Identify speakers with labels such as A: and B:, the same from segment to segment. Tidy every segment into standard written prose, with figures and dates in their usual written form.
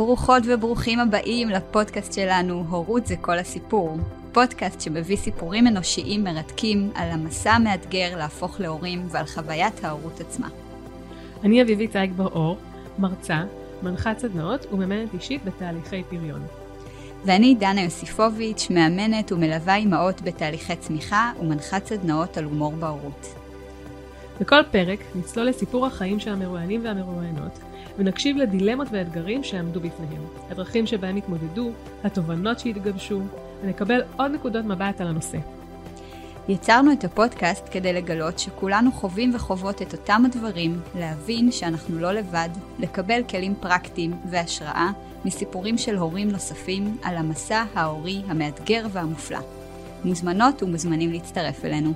A: ברוכות וברוכים הבאים לפודקאסט שלנו, הורות זה כל הסיפור. פודקאסט שמביא סיפורים אנושיים מרתקים על המסע המאתגר להפוך להורים ועל חוויית ההורות עצמה.
B: אני אביבית צייג בר-אור, מרצה, מנחת סדנאות ומאמנת אישית בתהליכי פריון.
A: ואני דנה יוסיפוביץ', מאמנת ומלווה אימהות בתהליכי צמיחה ומנחת סדנאות על הומור בהורות.
B: בכל פרק נצלול לסיפור החיים של המרואיינים והמרואיינות, ונקשיב לדילמות ואתגרים שעמדו בפניהם, הדרכים שבהם התמודדו, התובנות שהתגבשו, ונקבל עוד נקודות מבט על הנושא.
A: יצרנו את הפודקאסט כדי לגלות שכולנו חווים וחוות את אותם הדברים, להבין שאנחנו לא לבד, לקבל כלים פרקטיים והשראה מסיפורים של הורים נוספים על המסע ההורי המאתגר והמופלא. מוזמנות ומוזמנים להצטרף אלינו.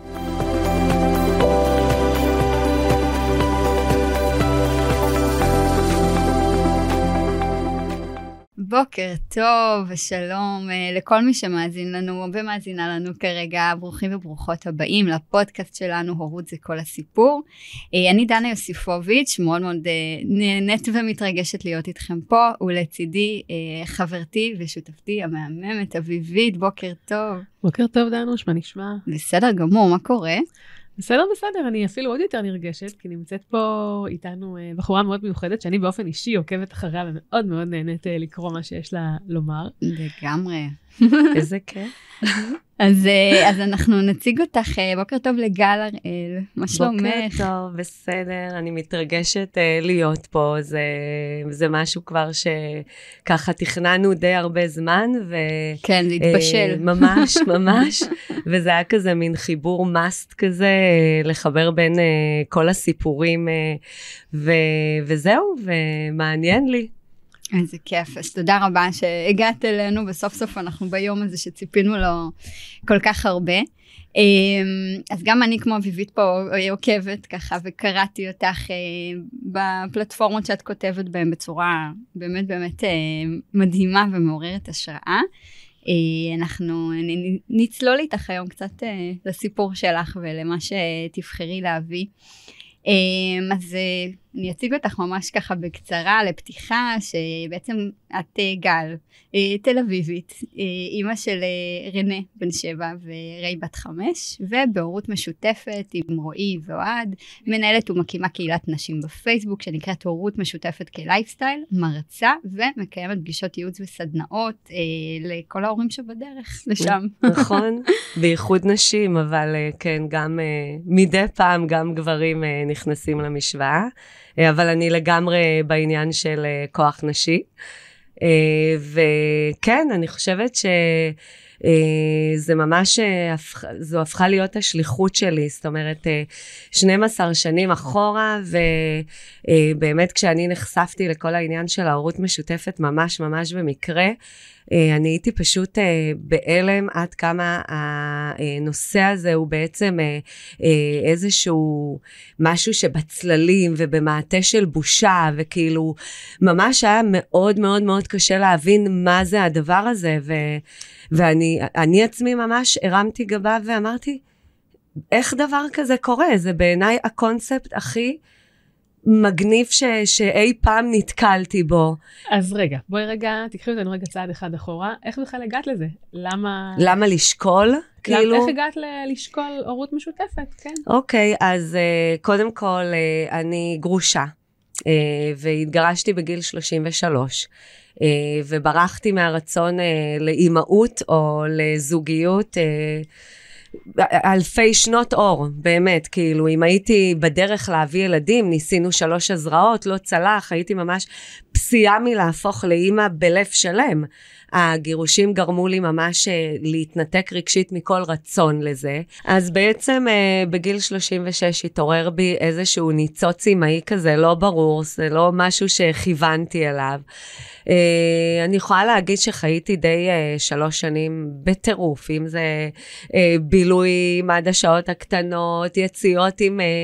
A: בוקר טוב ושלום לכל מי שמאזין לנו ומאזינה לנו כרגע. ברוכים וברוכות הבאים לפודקאסט שלנו, הורות זה כל הסיפור. אני דנה יוסיפוביץ', מאוד מאוד נהנית ומתרגשת להיות איתכם פה, ולצידי חברתי ושותפתי המהממת אביבית. בוקר טוב.
B: בוקר טוב דנוש, מה נשמע?
A: בסדר גמור, מה קורה?
B: בסדר, אני אפילו עוד יותר נרגשת, כי נמצאת פה איתנו בחורה מאוד מיוחדת, שאני באופן אישי עוקבת אחריה, ומאוד מאוד נהנית לקרוא מה שיש לה לומר.
A: לגמרי.
B: איזה כיף.
A: אז אנחנו נציג אותך. בוקר טוב לגל הראל, מה שלומך?
C: בוקר טוב, בסדר, אני מתרגשת להיות פה, זה משהו כבר שככה תכננו די הרבה זמן,
A: כן, זה התבשל.
C: ממש, וזה היה כזה מין חיבור מאסט כזה, לחבר בין כל הסיפורים, וזהו, ומעניין לי.
A: איזה כיף, אז תודה רבה שהגעת אלינו, וסוף סוף אנחנו ביום הזה שציפינו לו כל כך הרבה. אז גם אני כמו אביבית פה עוקבת ככה, וקראתי אותך בפלטפורמות שאת כותבת בהן בצורה באמת באמת מדהימה ומעוררת השראה. אנחנו נצלול איתך היום קצת לסיפור שלך ולמה שתבחרי להביא. אז אני אציג אותך ממש ככה בקצרה לפתיחה, שבעצם את גל, תל אביבית, אימא של רנה בן 7 וריי בת 5, ובהורות משותפת עם רועי ואוהד, מנהלת ומקימה קהילת נשים בפייסבוק שנקראת הורות משותפת כלייפסטייל, מרצה ומקיימת פגישות ייעוץ וסדנאות לכל ההורים שבדרך לשם.
C: נכון, בייחוד נשים, אבל כן, גם מדי פעם גם גברים נכנסים למשוואה. אבל אני לגמרי בעניין של כוח נשי, וכן, אני חושבת שזה ממש, זו הפכה להיות השליחות שלי, זאת אומרת, 12 שנים אחורה, ובאמת כשאני נחשפתי לכל העניין של ההורות משותפת, ממש במקרה, אני הייתי פשוט בהלם עד כמה הנושא הזה הוא בעצם איזשהו משהו שבצללים ובמעטה של בושה, וכאילו ממש היה מאוד מאוד מאוד קשה להבין מה זה הדבר הזה, ואני עצמי ממש הרמתי גבה ואמרתי, איך דבר כזה קורה? זה בעיניי הקונספט הכי מגניב שאי פעם נתקלתי בו.
B: אז רגע, בואי רגע, תקחי אותנו רגע צעד אחד אחורה. איך בכלל הגעת לזה?
C: למה לשקול? כאילו?
B: איך הגעת לשקול הורות משותפת? כן.
C: אוקיי, אז קודם כל אני גרושה, והתגרשתי בגיל 33, וברחתי מהרצון לאימהות או לזוגיות, אלפי שנות אור, באמת, כאילו, אם הייתי בדרך להביא ילדים, ניסינו 3 הזרעות, לא צלח, הייתי ממש פסיעה מלהפוך לאמא בלב שלם. הגירושים גרמו לי ממש להתנתק רגשית מכל רצון לזה. אז בעצם בגיל 36 התעורר בי איזשהו ניצוץ אמאי כזה, לא ברור, זה לא משהו שכיוונתי אליו. אני יכולה להגיד שחייתי די 3 שנים בטירוף, אם זה בילוי עד השעות הקטנות, יציאות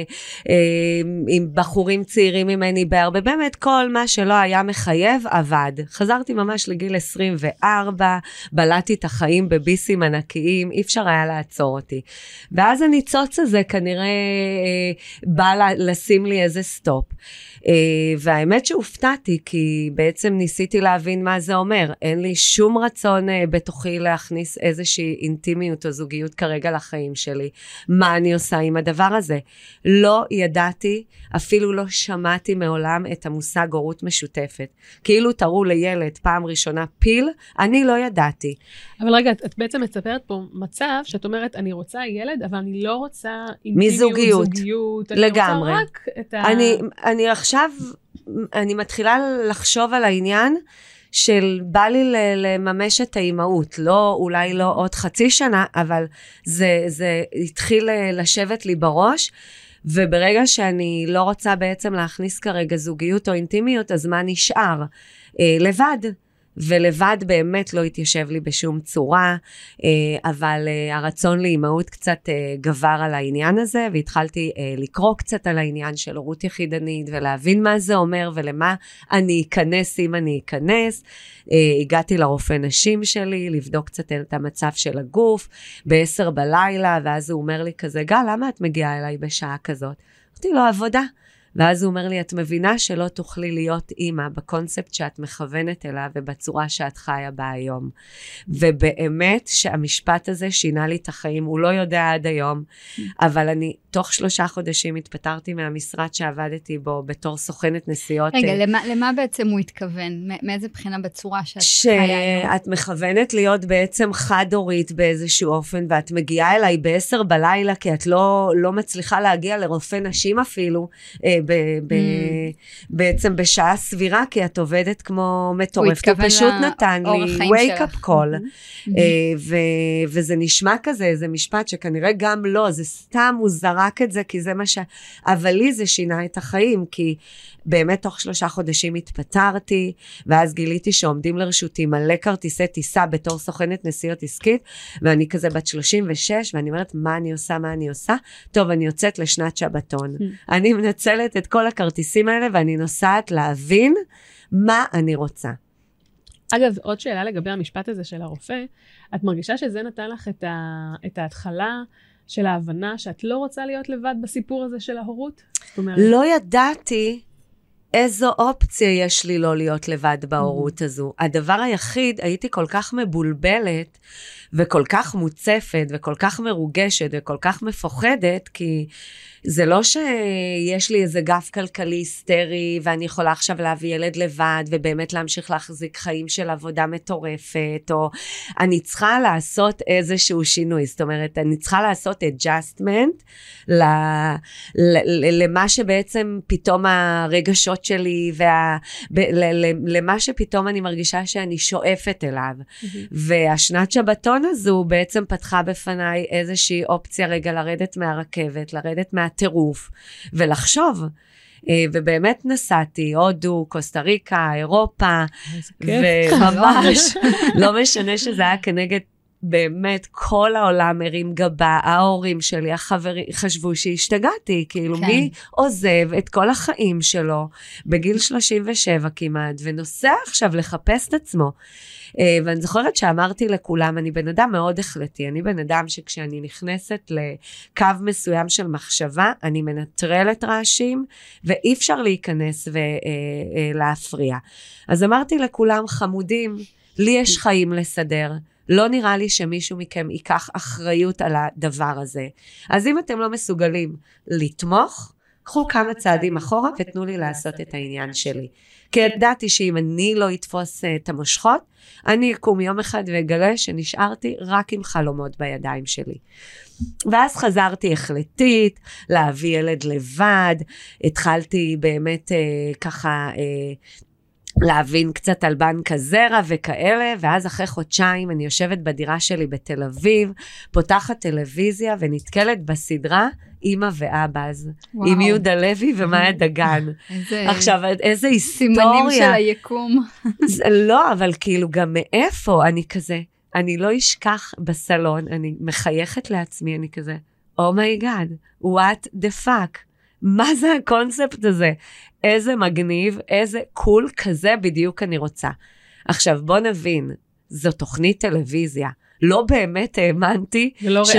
C: עם בחורים צעירים ממני בהרבה, באמת כל מה שלא היה מחייב עבד. חזרתי ממש לגיל 24, 4, בלעתי את החיים בביסים ענקיים, אי אפשר היה לעצור אותי. ואז הניצוץ הזה כנראה בא לשים לי איזה סטופ. והאמת שהופתעתי, כי בעצם ניסיתי להבין מה זה אומר. אין לי שום רצון בתוכי להכניס איזושהי אינטימיות או זוגיות כרגע לחיים שלי. מה אני עושה עם הדבר הזה? לא ידעתי, אפילו לא שמעתי מעולם את המושג הורות משותפת. כאילו תראו לילד פעם ראשונה פיל, אני לא ידעתי.
B: אבל רגע, את בעצם מצפרת פה מצב שאת אומרת, אני רוצה ילד, אבל אני לא רוצה אינטימיות, זוגיות.
C: לגמרי.
B: אני רוצה רק את
C: אני עכשיו, אני מתחילה לחשוב על העניין של בא לי לממש את האימהות, אולי לא עוד חצי שנה, אבל זה התחיל לשבת לי בראש, וברגע שאני לא רוצה בעצם להכניס כרגע זוגיות או אינטימיות, אז מה נשאר? לבד. ולבד באמת לא התיישב לי בשום צורה, אבל הרצון לאימהות קצת גבר על העניין הזה, והתחלתי לקרוא קצת על העניין של הורות יחידנית, ולהבין מה זה אומר, ולמה אני אכנס אם אני אכנס. הגעתי לרופא נשים שלי, לבדוק קצת את המצב של הגוף, ב-10 בלילה, ואז הוא אומר לי כזה, גל, למה את מגיעה אליי בשעה כזאת? אמרתי לו, עבודה. ואז הוא אומר לי, את מבינה שלא תוכלי להיות אימא בקונספט שאת מכוונת אליו ובצורה שאת חיה בה היום. ובאמת שהמשפט הזה שינה לי את החיים, הוא לא יודע עד היום, אבל אני תוך 3 חודשים התפטרתי מהמשרד שעבדתי בו בתור סוכנת נסיעות.
A: רגע, למה בעצם הוא התכוון? מאיזה בחינה בצורה שאת חיה היום?
C: שאת מכוונת להיות בעצם חד-הורית באיזשהו אופן, ואת מגיעה אליי ב-10 בלילה, כי את לא מצליחה להגיע לרופא נשים אפילו, בעצם בשעה סבירה, כי את עובדת כמו מטורפת, הוא פשוט נתן לי wake up call, וזה נשמע כזה, זה משפט שכנראה גם לא, זה סתם הוא זרק את זה, כי זה מה אבל לי זה שינה את החיים, כי באמת תוך 3 חודשים התפטרתי, ואז גיליתי שעומדים לרשותי מלא כרטיסי טיסה בתור סוכנת נסיעות עסקית, ואני כזה בת 36, ואני אומרת, מה אני עושה? טוב, אני יוצאת לשנת שבתון. אני מנצלת את כל הכרטיסים האלה, ואני נוסעת להבין מה אני רוצה.
B: אגב, עוד שאלה לגבי המשפט הזה של הרופא, את מרגישה שזה נתן לך את ההתחלה של ההבנה שאת לא רוצה להיות לבד בסיפור הזה של ההורות?
C: לא ידעתי איזו אופציה יש לי לא להיות לבד בהורות הזו. הדבר היחיד, הייתי כל כך מבולבלת, וכל כך מוצפת, וכל כך מרוגשת, וכל כך מפוחדת, כי זה לא שיש לי איזה גף כלכלי היסטרי, ואני יכולה עכשיו להביא ילד לבד, ובאמת להמשיך להחזיק חיים של עבודה מטורפת, או אני צריכה לעשות איזשהו שינוי, זאת אומרת, אני צריכה לעשות adjustment, למה שבעצם פתאום הרגשות שלי, למה שפתאום אני מרגישה שאני שואפת אליו, והשנת שבתון הזו בעצם פתחה בפניי איזושהי אופציה רגע לרדת מהרכבת, לרדת מהטירוף, ולחשוב. ובאמת נסעתי, הודו, קוסטה ריקה, אירופה, וממש, לא משנה שזה היה כנגד באמת כל העולם הרים גבה, ההורים שלי, החברים, חשבו שהשתגעתי, כאילו מי עוזב את כל החיים שלו, בגיל 37 כמעט, ונוסע עכשיו לחפש את עצמו. ואני זוכרת שאמרתי לכולם, אני בן אדם מאוד החלטי, אני בן אדם שכשאני נכנסת לקו מסוים של מחשבה, אני מנטרלת רעשים, ואי אפשר להיכנס ולהפריע. אז אמרתי לכולם, חמודים, לי יש חיים לסדר, לא נראה לי שמישהו מכם ייקח אחריות על הדבר הזה. אז אם אתם לא מסוגלים לתמוך, קחו כמה צעדים אחורה ותנו לי לעשות את העניין שלי. כי ידעתי שאם אני לא אתפוס את המושכות, אני אקום יום אחד ואגלה שנשארתי רק עם חלומות בידיים שלי. ואז חזרתי החלטית, להביא ילד לבד, התחלתי באמת ככה להבין קצת על בנק הזרע וכאלה, ואז אחרי חודשיים אני יושבת בדירה שלי בתל אביב, פותחת טלוויזיה ונתקלת בסדרה אמא ואבאז, עם יהודה לוי ומאיה דגן. עכשיו, איזה היסטוריה.
A: סימנים של היקום.
C: לא, אבל כאילו גם מאיפה אני כזה, אני לא אשכח בסלון, אני מחייכת לעצמי, אני כזה, אומייגאד, what the fuck? מה זה הקונספט הזה? איזה מגניב, איזה קול כזה בדיוק אני רוצה. עכשיו בוא נבין, זו תוכנית טלוויזיה. לא באמת האמנתי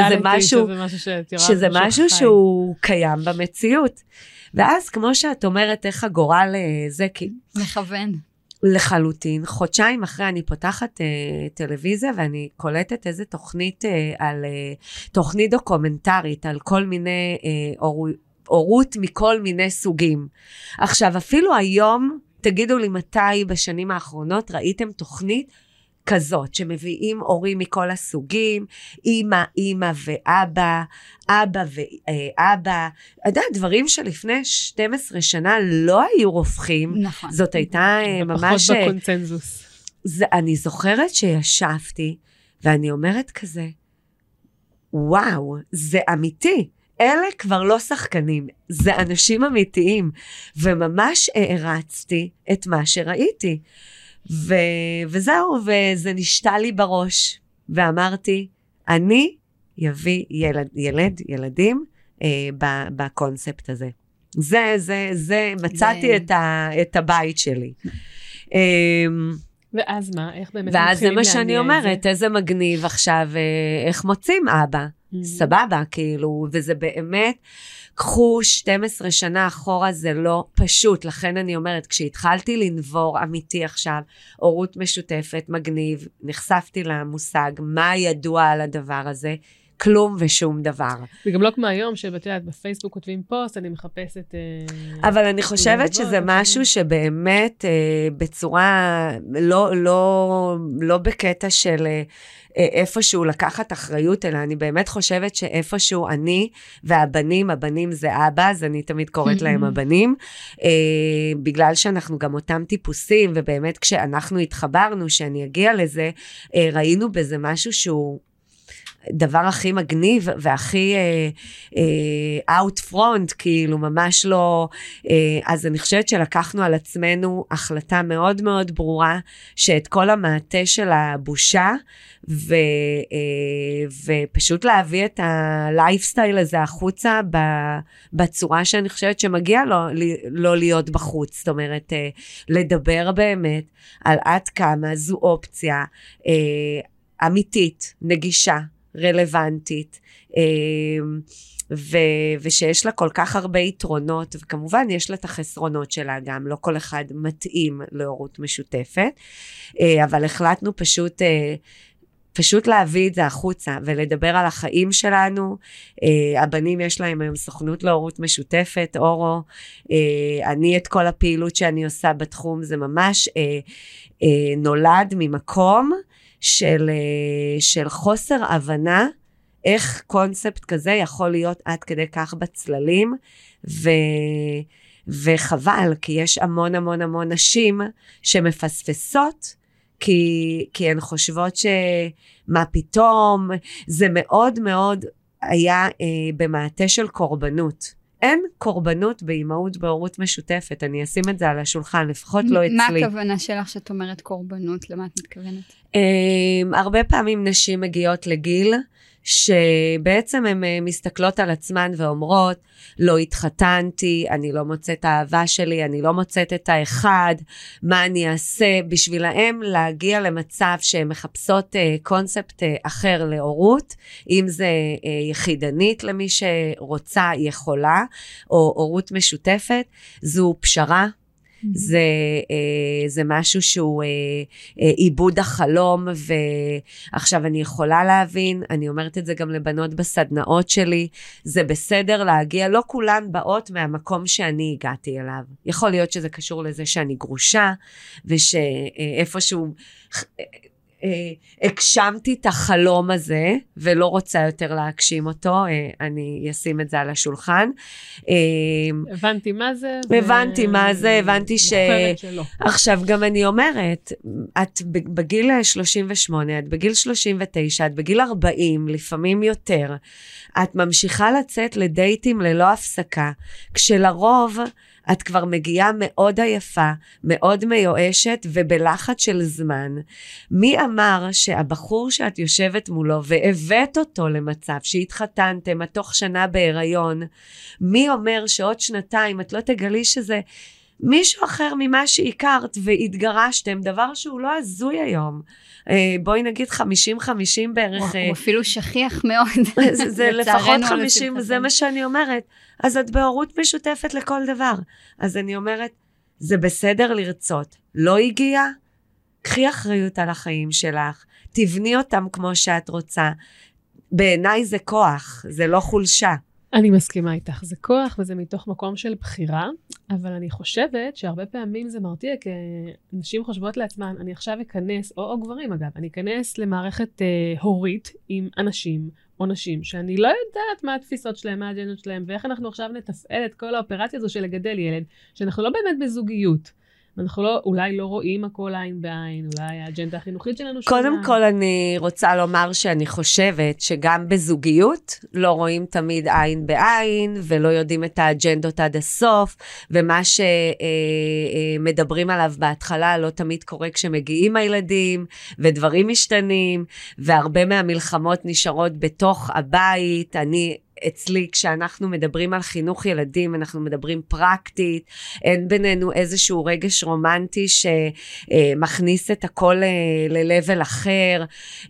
C: שזה משהו שהוא קיים במציאות. ואז כמו שאת אומרת, איך הגורל זה
A: מכוון.
C: לחלוטין, חודשיים אחרי אני פותחת טלוויזיה, ואני קולטת איזה תוכנית תוכנית דוקומנטרית, על כל מיני הורות מכל מיני סוגים. עכשיו, אפילו היום, תגידו לי מתי בשנים האחרונות ראיתם תוכנית כזאת, שמביאים הורים מכל הסוגים, אמא ואבא, אבא ואבא, דברים שלפני 12 שנה לא היו רופכים,
A: נכון.
C: זאת הייתה ממש...
B: פחות בקונצנזוס.
C: אני זוכרת שישבתי, ואני אומרת כזה, וואו, זה אמיתי, אלה כבר לא שחקנים, זה אנשים אמיתיים, וממש הערצתי את מה שראיתי. וזהו, וזה נשתה לי בראש, ואמרתי, אני יביא ילדים בקונספט הזה. זה מצאתי את הבית שלי.
B: ואז מה? איך באמת
C: ואז זה מה שאני אומרת, איזה מגניב עכשיו, איך מוצאים אבא? סבבה, כאילו, וזה באמת, קחו 12 שנה אחורה, זה לא פשוט, לכן אני אומרת, כשהתחלתי לנבור אמיתי עכשיו, הורות משותפת, מגניב, נחשפתי למושג, מה ידוע על הדבר הזה, כלום ושום דבר.
B: זה גם לא כמו היום, שבתיאת בפייסבוק כותבים פוסט, אני מחפשת...
C: אבל אני חושבת שזה משהו שבאמת, בצורה, לא בקטע של... איפשהו לקחת אחריות, אלא אני באמת חושבת שאיפשהו אני והבנים, הבנים זה אבא, אז אני תמיד קוראת להם הבנים, בגלל שאנחנו גם אותם טיפוסים, ובאמת כשאנחנו התחברנו, שאני אגיע לזה, ראינו בזה משהו שהוא דבר הכי מגניב, והכי out front, כאילו ממש לא, אז אני חושבת שלקחנו על עצמנו החלטה מאוד מאוד ברורה, שאת כל המעטה של הבושה, ופשוט להביא את הלייפסטייל הזה החוצה, בצורה שאני חושבת שמגיע לא להיות בחוץ, זאת אומרת, לדבר באמת, על עד כמה זו אופציה, אמיתית, נגישה, רלוונטית, ושיש לה כל כך הרבה יתרונות, וכמובן יש לה את החסרונות שלה גם, לא כל אחד מתאים להורות משותפת, אבל החלטנו פשוט להביא את זה החוצה, ולדבר על החיים שלנו. הבנים יש להם היום סוכנות להורות משותפת, אורו, אני את כל הפעילות שאני עושה בתחום, זה ממש נולד ממקום, של חוסר הבנה, איך קונספט כזה יכול להיות עד כדי כך בצללים, וחבל, כי יש המון המון המון נשים שמפספסות, כי הן חושבות שמה פתאום, זה מאוד מאוד היה במעטה של קורבנות. אין קורבנות באימהות בהורות משותפת, אני אשים את זה על השולחן, לפחות לא אצלי.
A: מה הכוונה שלך שאת אומרת קורבנות? למה את מתכוונת?
C: הרבה פעמים נשים מגיעות לגיל, שבעצם הן מסתכלות על עצמן ואומרות, לא התחתנתי, אני לא מוצאת האהבה שלי, אני לא מוצאת את האחד, מה אני אעשה? בשבילהם להגיע למצב שהן מחפשות קונספט אחר להורות, אם זה יחידנית למי שרוצה יכולה, או הורות משותפת, זו פשרה, זה משהו שהוא עיבוד החלום, ועכשיו אני יכולה להבין, אני אומרת את זה גם לבנות בסדנאות שלי, זה בסדר להגיע, לא כולן באות מהמקום שאני הגעתי אליו, יכול להיות שזה קשור לזה שאני גרושה, ושאיפשהו הגשמתי את החלום הזה, ולא רוצה יותר להגשים אותו, אני אשים את זה על השולחן.
B: הבנתי מה זה.
C: הבנתי מה זה, הבנתי עכשיו גם אני אומרת, את בגיל 38, את בגיל 39, את בגיל 40, לפעמים יותר, את ממשיכה לצאת לדייטים ללא הפסקה, כשלרוב את כבר מגיעה מאוד עייפה, מאוד מיואשת ובלחץ של זמן. מי אמר שהבחור שאת יושבת מולו והבאת אותו למצב שהתחתנתם, את תוך שנה בהיריון, מי אומר שעוד שנתיים את לא תגלי שזה מישהו אחר ממה שהכרת והתגרשתם, דבר שהוא לא הזוי היום. בואי נגיד 50-50 בערך.
A: הוא אפילו שכיח מאוד.
C: זה לפחות 50, זה מה שאני אומרת. אז את בהורות משותפת לכל דבר. אז אני אומרת, זה בסדר לרצות. לא הגיע, קחי אחריות על החיים שלך, תבני אותם כמו שאת רוצה. בעיניי זה כוח, זה לא חולשה.
B: אני מסכימה איתך, זה כוח וזה מתוך מקום של בחירה, אבל אני חושבת שהרבה פעמים זה מרתיע, כי נשים חושבות לעצמן, אני עכשיו אכנס, או גברים אגב, אני אכנס למערכת הורית עם אנשים או נשים, שאני לא יודעת מה התפיסות שלהם, מה האג'נדות שלהם, ואיך אנחנו עכשיו נתפעל את כל האופרציה הזו של לגדל ילד, שאנחנו לא באמת בזוגיות. אנחנו אולי לא רואים הכל עין בעין, אולי האג'נדה החינוכית שלנו שונה.
C: קודם כל אני רוצה לומר שאני חושבת שגם בזוגיות לא רואים תמיד עין בעין, ולא יודעים את האג'נדות עד הסוף, ומה שמדברים עליו בהתחלה לא תמיד קורה כשמגיעים הילדים, ודברים משתנים, והרבה מהמלחמות נשארות בתוך הבית. אצלי, כשאנחנו מדברים על חינוך ילדים, אנחנו מדברים פרקטית, אין בינינו איזשהו רגש רומנטי שמכניס את הכל ללבל אחר,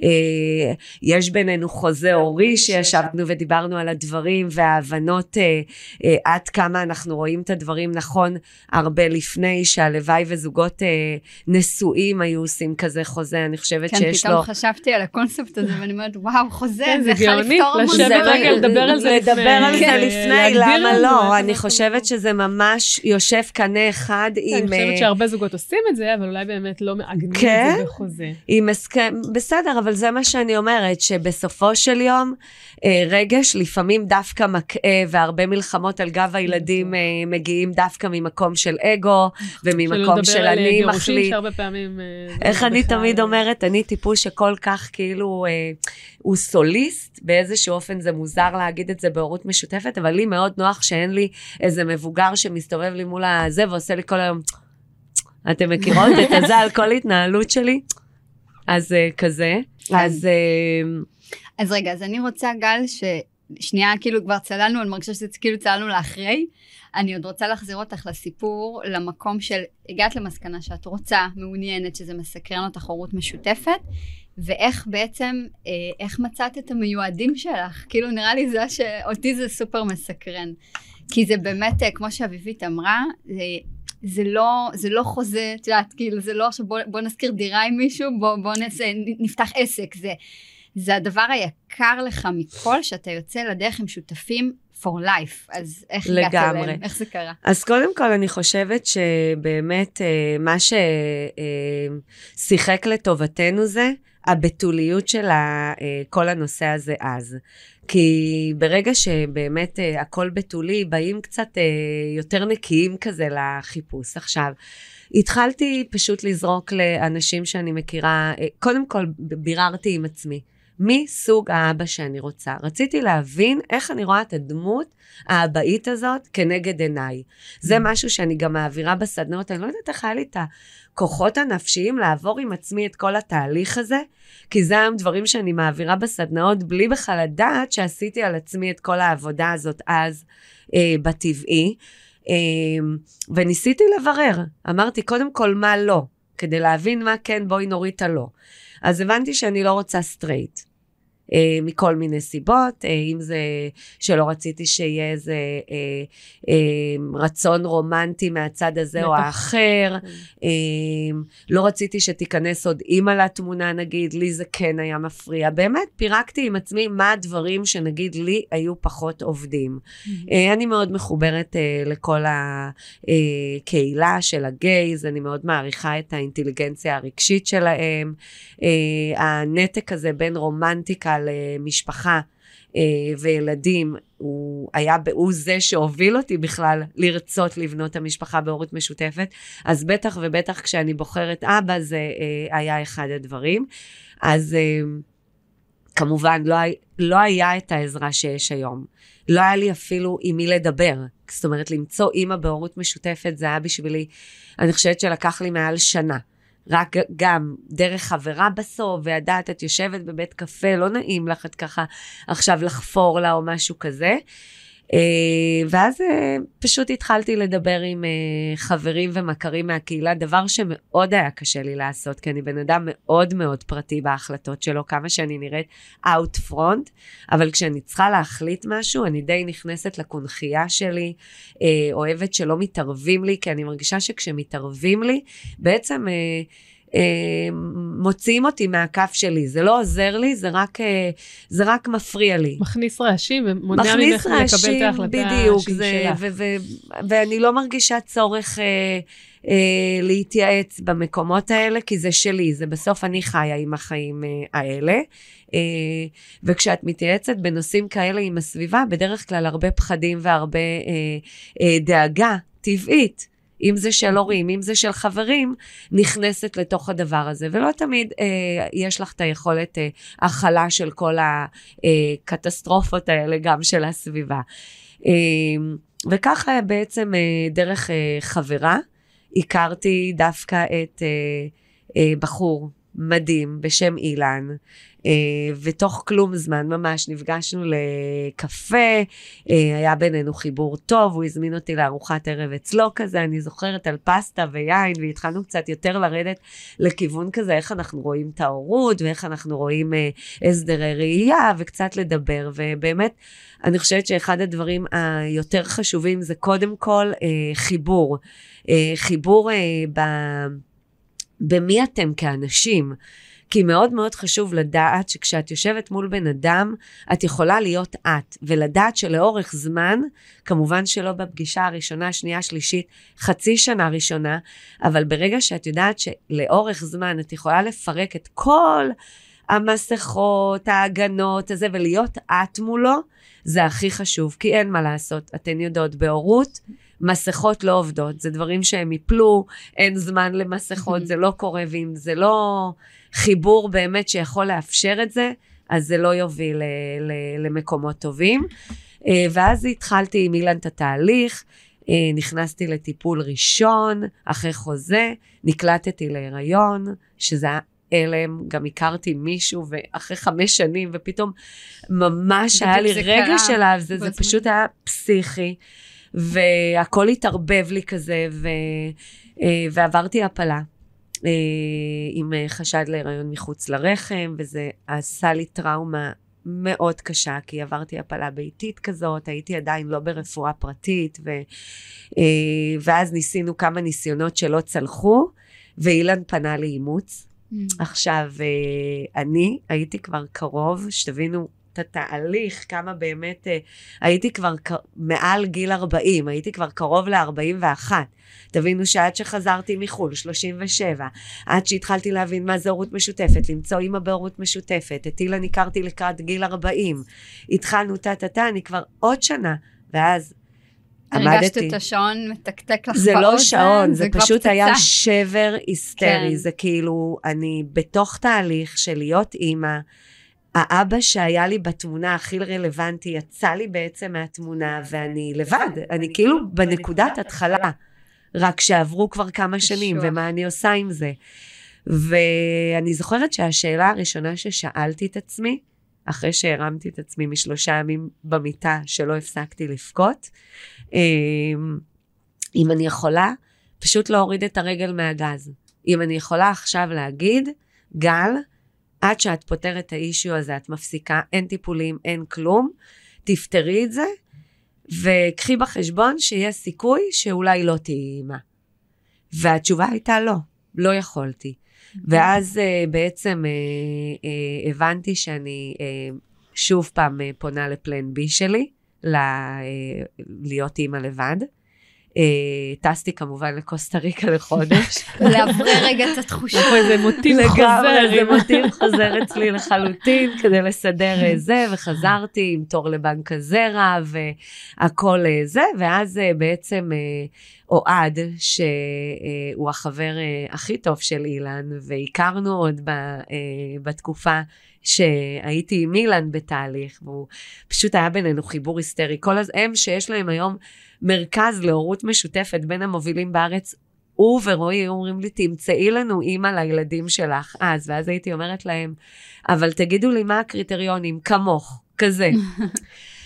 C: יש בינינו חוזה הורי שישבנו ודיברנו על הדברים, וההבנות עד כמה אנחנו רואים את הדברים נכון, הרבה לפני שהלוואי וזוגות נשואים היו עושים כזה חוזה. אני חושבת שיש לו...
A: כן, פתאום חשבתי על הקונספט הזה, ואני אומרת, וואו, חוזה, זה יכול לפתור המון.
B: לשבת רגע, לדבר על זה
C: לדבר על זה לפני, למה לא? אני חושבת שזה ממש יושב קנה אחד עם...
B: אני חושבת שהרבה זוגות עושים את זה, אבל אולי באמת לא מעגנים את זה בחוזה.
C: עם הסכם, בסדר, אבל זה מה שאני אומרת, שבסופו של יום, רגש לפעמים דווקא מקעה, והרבה מלחמות על גב הילדים מגיעים דווקא ממקום של אגו, וממקום של אני מחליט. איך אני תמיד אומרת, אני טיפוס שכל כך כאילו הוא סוליסט, באיזשהו אופן זה מוזר להגיד את זה בהורות משותפת, אבל לי מאוד נוח שאין לי איזה מבוגר שמסתובב לי מול הזה, ועושה לי כל היום, אתם מכירות את הזה על כל התנהלות שלי? אז כזה.
A: אז רגע, אז אני רוצה גל ששנייה כאילו כבר צללנו, אני מרגישה שזה כאילו צללנו לאחרי, אני עוד רוצה להחזיר אותך לסיפור, למקום של הגעת למסקנה שאת רוצה, מעוניינת, שזה מסקרן אותך הורות משותפת, ואיך בעצם, איך מצאת את המיועדים שלך? כאילו נראה לי זה שאותי זה סופר מסקרן. כי זה באמת, כמו שאביבית אמרה, זה לא חוזה, את יודעת, כאילו זה לא בוא נזכיר דירה עם מישהו, בוא נפתח עסק. זה הדבר היקר לך מכל, שאתה יוצא לדרך עם שותפים for life. אז איך הגעת אליהם? איך זה קרה?
C: אז קודם כל אני חושבת שבאמת מה ששיחק לטובתנו זה, הבתוליות של כל הנושא הזה אז. כי ברגע שבאמת הכל בתולי, באים קצת יותר נקיים כזה לחיפוש. עכשיו, התחלתי פשוט לזרוק לאנשים שאני מכירה, קודם כל ביררתי עם עצמי. מי סוג האבא שאני רוצה? רציתי להבין איך אני רואה את הדמות האבאית הזאת כנגד עיניי. זה משהו שאני גם מעבירה בסדנאות, אני לא יודעת איך היה לי את הכוחות הנפשיים לעבור עם עצמי את כל התהליך הזה, כי זה היום דברים שאני מעבירה בסדנאות, בלי בכלל לדעת שעשיתי על עצמי את כל העבודה הזאת אז בטבעי, וניסיתי לברר. אמרתי קודם כל מה לא, כדי להבין מה כן, בואי נוריד את הלא. אז הבנתי שאני לא רוצה סטרייט, מכל מיני סיבות, אם זה שלא רציתי שיהיה איזה רצון רומנטי מהצד הזה או האחר, לא רציתי שתיכנס עוד אימא לתמונה נגיד, לי זה כן היה מפריע, באמת פירקתי עם עצמי מה הדברים שנגיד לי היו פחות עובדים. אני מאוד מחוברת לכל הקהילה של הגייז, אני מאוד מעריכה את האינטליגנציה הרגשית שלהם, הנתק הזה בין רומנטיקה למשפחה וילדים, הוא זה שהוביל אותי בכלל לרצות לבנות המשפחה בהורות משותפת, אז בטח ובטח כשאני בוחרת אבא זה היה אחד הדברים. אז כמובן לא היה את העזרה שיש היום, לא היה לי אפילו עם מי לדבר, זאת אומרת למצוא אמא בהורות משותפת זה היה בשבילי, אני חושבת שלקח לי מעל שנה, רק גם דרך חברה בסוף, וידעת, את יושבת בבית קפה, לא נעים לך את ככה עכשיו לחפור לה או משהו כזה. ואז פשוט התחלתי לדבר עם חברים ומכרים מהקהילה, דבר שמאוד היה קשה לי לעשות, כי אני בן אדם מאוד מאוד פרטי בהחלטות שלו, כמה שאני נראית out front, אבל כשאני צריכה להחליט משהו, אני די נכנסת לקונחייה שלי, אוהבת שלא מתערבים לי, כי אני מרגישה שכשמתערבים לי, בעצם מוציאים אותי מהכף שלי, זה לא עוזר לי, זה רק מפריע לי.
B: מכניס רעשים ומונע ממך לקבל את ההחלטה
C: בדיוק,
B: שהיא שלך.
C: ואני לא מרגישה צורך להתייעץ במקומות האלה, כי זה שלי, זה בסוף אני חיה עם החיים האלה, וכשאת מתייעצת בנושאים כאלה עם הסביבה, בדרך כלל הרבה פחדים והרבה דאגה טבעית, אם זה של הורים, אם זה של חברים, נכנסת לתוך הדבר הזה, ולא תמיד יש לך את היכולת הכלה של כל הקטסטרופות האלה, גם של הסביבה. וככה בעצם דרך חברה, הכרתי דווקא את בחור מדהים בשם אילן, ותוך כלום זמן ממש נפגשנו לקפה, היה בינינו חיבור טוב, הוא הזמין אותי לארוחת ערב אצלו כזה, אני זוכרת על פסטה ויין, והתחלנו קצת יותר לרדת לכיוון כזה, איך אנחנו רואים את ההורות, ואיך אנחנו רואים הסדרי ראייה, וקצת לדבר, ובאמת, אני חושבת שאחד הדברים היותר חשובים, זה קודם כל חיבור, חיבור במי אתם כאנשים, כי מאוד מאוד חשוב לדעת שכשאת יושבת מול בן אדם, את יכולה להיות את, ולדעת שלאורך זמן, כמובן שלא בפגישה הראשונה, שנייה, שלישית, חצי שנה ראשונה, אבל ברגע שאת יודעת שלאורך זמן את יכולה לפרק את כל המסכות, ההגנות הזה, ולהיות את מולו, זה הכי חשוב, כי אין מה לעשות. אתן יודעות, בהורות, מסכות לא עובדות, זה דברים שהם יפלו, אין זמן למסכות, זה לא קורה, ואם זה לא חיבור באמת שיכול לאפשר את זה, אז זה לא יוביל למקומות טובים. ואז התחלתי עם אילן את התהליך, נכנסתי לטיפול ראשון, אחרי חוזה, נקלטתי להיריון, שזה היה אלם, גם הכרתי מישהו, ואחרי 5 שנים, ופתאום ממש היה לי רגע שלה, זה פשוט היה פסיכי, והכל התערבב לי כזה, ועברתי הפלה, עם חשד להיריון מחוץ לרחם, וזה עשה לי טראומה מאוד קשה, כי עברתי הפלה ביתית כזאת, הייתי עדיין לא ברפואה פרטית, ואז ניסינו כמה ניסיונות שלא צלחו, ואילן פנה לאימוץ. עכשיו, אני הייתי כבר קרוב, שתבינו את התהליך, כמה באמת, הייתי כבר מעל גיל 40, הייתי כבר קרוב ל-41, תבינו שעד שחזרתי מחול, 37, עד שהתחלתי להבין מה זה הורות משותפת, למצוא אמא בהורות משותפת, את אילן הכרתי לקראת גיל 40, התחלנו אני כבר עוד שנה, ואז
A: הרגשת את השעון מתקתק לך
C: זה
A: באוזן,
C: לא שעון, זה פשוט
A: פצצה.
C: היה שבר היסטרי,
A: כן.
C: זה כאילו, אני בתוך תהליך של להיות אימא, האבא שהיה לי בתמונה הכי רלוונטי, יצא לי בעצם מהתמונה, ואני לבד, אני כאילו בנקודת התחלה, רק שעברו כבר כמה שנים, ומה אני עושה עם זה. ואני זוכרת שהשאלה הראשונה ששאלתי את עצמי, אחרי שהרמתי את עצמי מ3 ימים במיטה שלא הפסקתי לבכות, אם אני יכולה פשוט להוריד את הרגל מהגז. אם אני יכולה עכשיו להגיד, גל, עד שאת פותרת את האישיו הזה, את מפסיקה, אין טיפולים, אין כלום, תפתרי את זה, וקחי בחשבון שיש סיכוי שאולי לא תהיי אימא. והתשובה הייתה לא, לא יכולתי. ואז בעצם הבנתי שאני שוב פעם פונה לפלן בי שלי, להיות אימא לבד. טסתי כמובן לקוסטה ריקה לחודש.
A: לעברי רגע את התחושה.
B: זה מוטיב חוזר.
C: זה מוטיב חוזר אצלי לחלוטין, כדי לסדר זה, וחזרתי עם תור לבנק הזרע, והכל זה, ואז בעצם אוהד, שהוא החבר הכי טוב של אילן, והכרנו עוד בתקופה שהייתי עם אילן בתהליך, והוא פשוט היה בינינו חיבור היסטרי. כל הם שיש להם היום מרכז להורות משותפת בין המובילים בארץ, הוא ורועי אומרים לי, תמצאי לנו אימא לילדים שלך אז, ואז הייתי אומרת להם, אבל תגידו לי מה הקריטריונים, כמוך, כזה.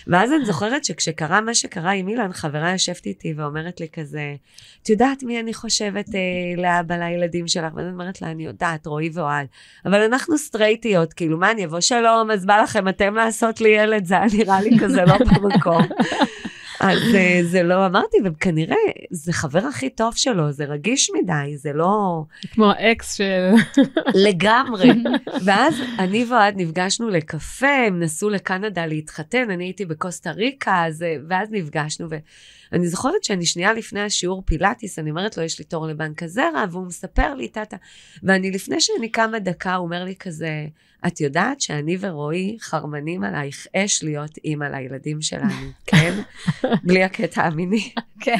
C: ואז אני זוכרת שכשקרה מה שקרה עם אילן, חברה יושבת איתי ואומרת לי כזה, את יודעת מי אני חושבת לאבא לילדים שלך? ואני אומרת לה, אני יודעת, רועי ואוהד, אבל אנחנו סטרייטיות, כאילו, מה אני אבוא שלום, אז בא לכם אתם לעשות לי ילד, זה נראה לי כזה לא במקום. אז זה לא אמרתי, וכנראה זה חבר הכי טוב שלו, זה רגיש מדי, זה לא...
B: כמו האקס של...
C: לגמרי. ואז אני ואוהד נפגשנו לקפה, הם נסעו לקנדה להתחתן, אני הייתי בקוסטה ריקה, ואז נפגשנו, ואני זוכרת שאני שנייה לפני השיעור פילאטיס, אני אומרת לו, יש לי תור לבנק הזרע, והוא מספר לי, ואני לפני שאני כמה דקה, הוא אומר לי כזה, את יודעת שאני ורועי חרמנים עלייך אש להיות אימא לילדים שלנו, כן? בלי הקטע המיני.
A: כן.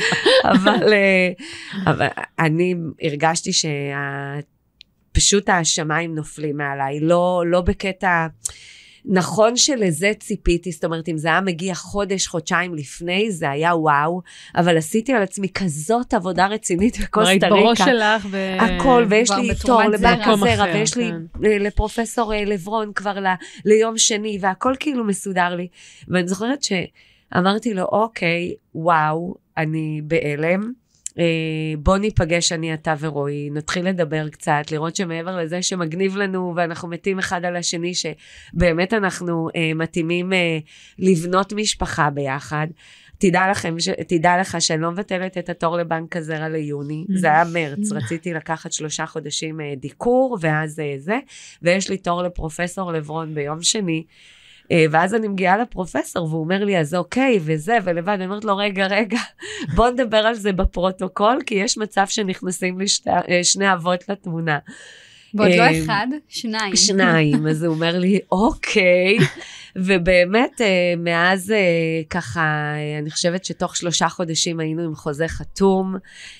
C: אבל אני הרגשתי פשוט השמיים נופלים מעליי, לא בקטע... נכון שלזה ציפיתי, זאת אומרת, אם זה היה מגיע חודש, חודשיים לפני, זה היה וואו, אבל עשיתי על עצמי כזאת עבודה רצינית בקוסטה ריקה.
B: ראית בראש שלך
C: הכל, ויש לי תור לבנק הזרע, ויש לי לפרופסור לברון כבר ליום שני, והכל כאילו מסודר לי. ואני זוכרת שאמרתי לו, אוקיי, וואו, אני בהלם, בוא ניפגש אני, אתה ורועי, נתחיל לדבר קצת, לראות שמעבר לזה שמגניב לנו, ואנחנו מתים אחד על השני, שבאמת אנחנו מתאימים לבנות משפחה ביחד. תדע לך שאני לא מבטלת את התור לבנק הזרע ליוני, זה היה מרץ, רציתי לקחת 3 חודשים דיקור, ואז זה, ויש לי תור לפרופסור לברון ביום שני, ואז אני מגיעה לפרופסור, והוא אומר לי, אז אוקיי, וזה, ולבד, אני אומרת לו, רגע, בוא נדבר על זה בפרוטוקול, כי יש מצב שנכנסים לי 2 אבות לתמונה.
A: ועוד לא 1, 2.
C: 2, אז הוא אומר לי, אוקיי, ובאמת, מאז ככה, אני חושבת שתוך 3 חודשים היינו עם חוזה חתום,